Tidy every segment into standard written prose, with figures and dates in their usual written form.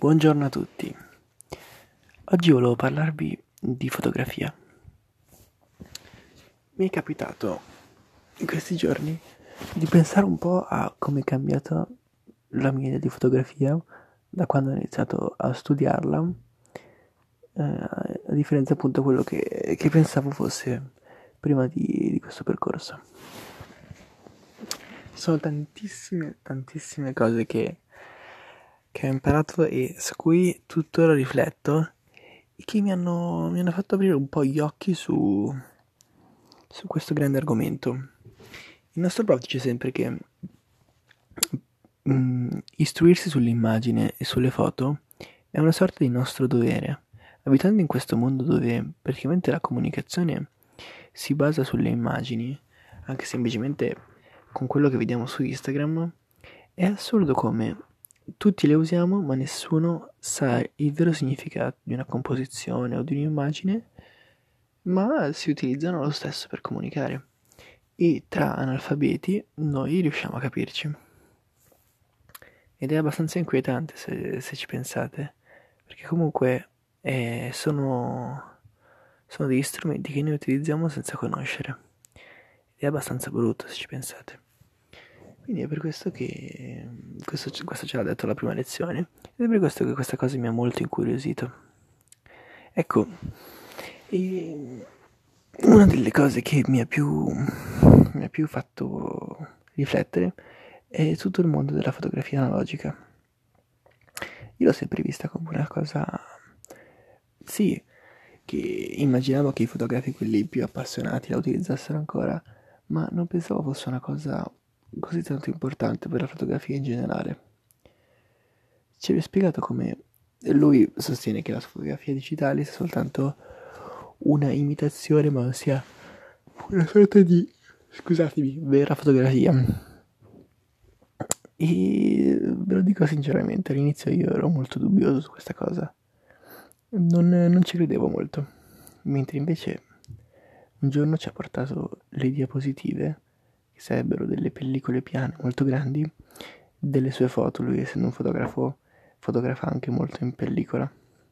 Buongiorno a tutti. Oggi volevo parlarvi di fotografia. Mi è capitato in questi giorni di pensare un po' a come è cambiata la mia idea di fotografia da quando ho iniziato a studiarla, a differenza appunto di quello che pensavo fosse prima di questo percorso. Sono tantissime cose che ho imparato e su cui tuttora rifletto e che mi hanno fatto aprire un po' gli occhi su questo grande argomento. Il nostro prof dice sempre che istruirsi sull'immagine e sulle foto è una sorta di nostro dovere. Abitando in questo mondo dove praticamente la comunicazione si basa sulle immagini, anche semplicemente con quello che vediamo su Instagram, è assurdo come tutti le usiamo ma nessuno sa il vero significato di una composizione o di un'immagine, ma si utilizzano lo stesso per comunicare e tra analfabeti noi riusciamo a capirci. Ed è abbastanza inquietante se ci pensate, perché comunque sono degli strumenti che noi utilizziamo senza conoscere. Ed è abbastanza brutto se ci pensate. Quindi è per questo che questo ce l'ha detto alla prima lezione, ed è per questo che questa cosa mi ha molto incuriosito. Ecco, una delle cose che mi ha più fatto riflettere è tutto il mondo della fotografia analogica. Io l'ho sempre vista come una cosa, sì, che immaginavo che i fotografi, quelli più appassionati, la utilizzassero ancora, ma non pensavo fosse una cosa così tanto importante per la fotografia in generale. Ci aveva spiegato come lui sostiene che la fotografia digitale sia soltanto una imitazione, ma non sia una sorta di, scusatemi, vera fotografia. E ve lo dico sinceramente, all'inizio io ero molto dubbioso su questa cosa. Non ci credevo molto. Mentre invece un giorno ci ha portato le diapositive, che sarebbero delle pellicole piane molto grandi, delle sue foto. Lui, essendo un fotografo, fotografa anche molto in pellicola.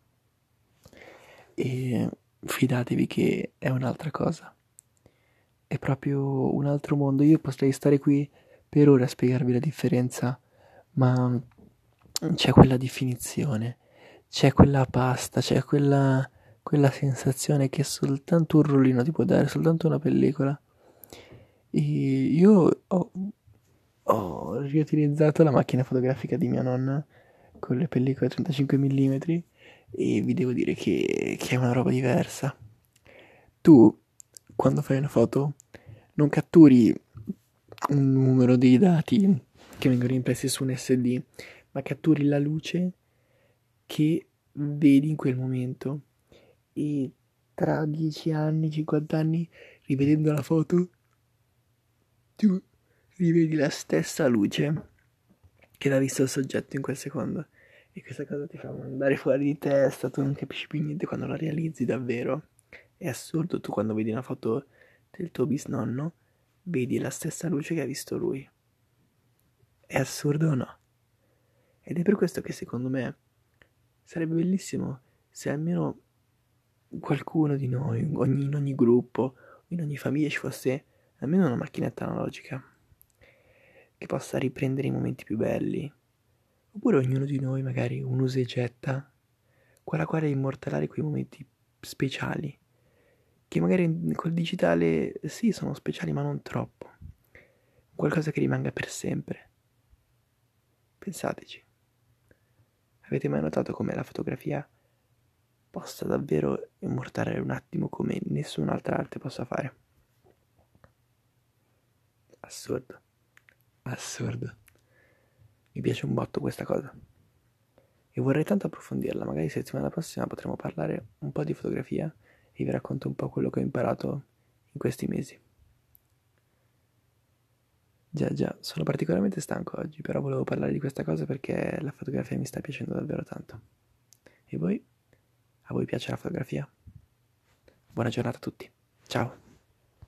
E fidatevi che è un'altra cosa. È proprio un altro mondo. Io potrei stare qui per ora a spiegarvi la differenza, ma c'è quella definizione, c'è quella pasta, c'è quella sensazione che soltanto un rollino ti può dare, soltanto una pellicola. E io ho riutilizzato la macchina fotografica di mia nonna con le pellicole 35 mm e vi devo dire che è una roba diversa. Tu, quando fai una foto, non catturi un numero di dati che vengono impressi su un SD, ma catturi la luce che vedi in quel momento. E tra 10 anni, 50 anni, rivedendo la foto, tu rivedi la stessa luce che l'ha visto il soggetto in quel secondo. E questa cosa ti fa andare fuori di testa, tu non capisci più niente quando la realizzi davvero. È assurdo, tu quando vedi una foto del tuo bisnonno, vedi la stessa luce che ha visto lui. È assurdo o no? Ed è per questo che secondo me sarebbe bellissimo se almeno qualcuno di noi, in ogni gruppo, in ogni famiglia ci fosse almeno una macchinetta analogica che possa riprendere i momenti più belli. Oppure ognuno di noi magari un usa e getta con la quale immortalare quei momenti speciali, che magari col digitale sì sono speciali ma non troppo. Qualcosa che rimanga per sempre. Pensateci. Avete mai notato come la fotografia possa davvero immortalare un attimo come nessun'altra arte possa fare? Assurdo. Mi piace un botto questa cosa. E vorrei tanto approfondirla, magari settimana prossima potremo parlare un po' di fotografia e vi racconto un po' quello che ho imparato in questi mesi. Già, sono particolarmente stanco oggi, però volevo parlare di questa cosa perché la fotografia mi sta piacendo davvero tanto. E voi? A voi piace la fotografia? Buona giornata a tutti. Ciao.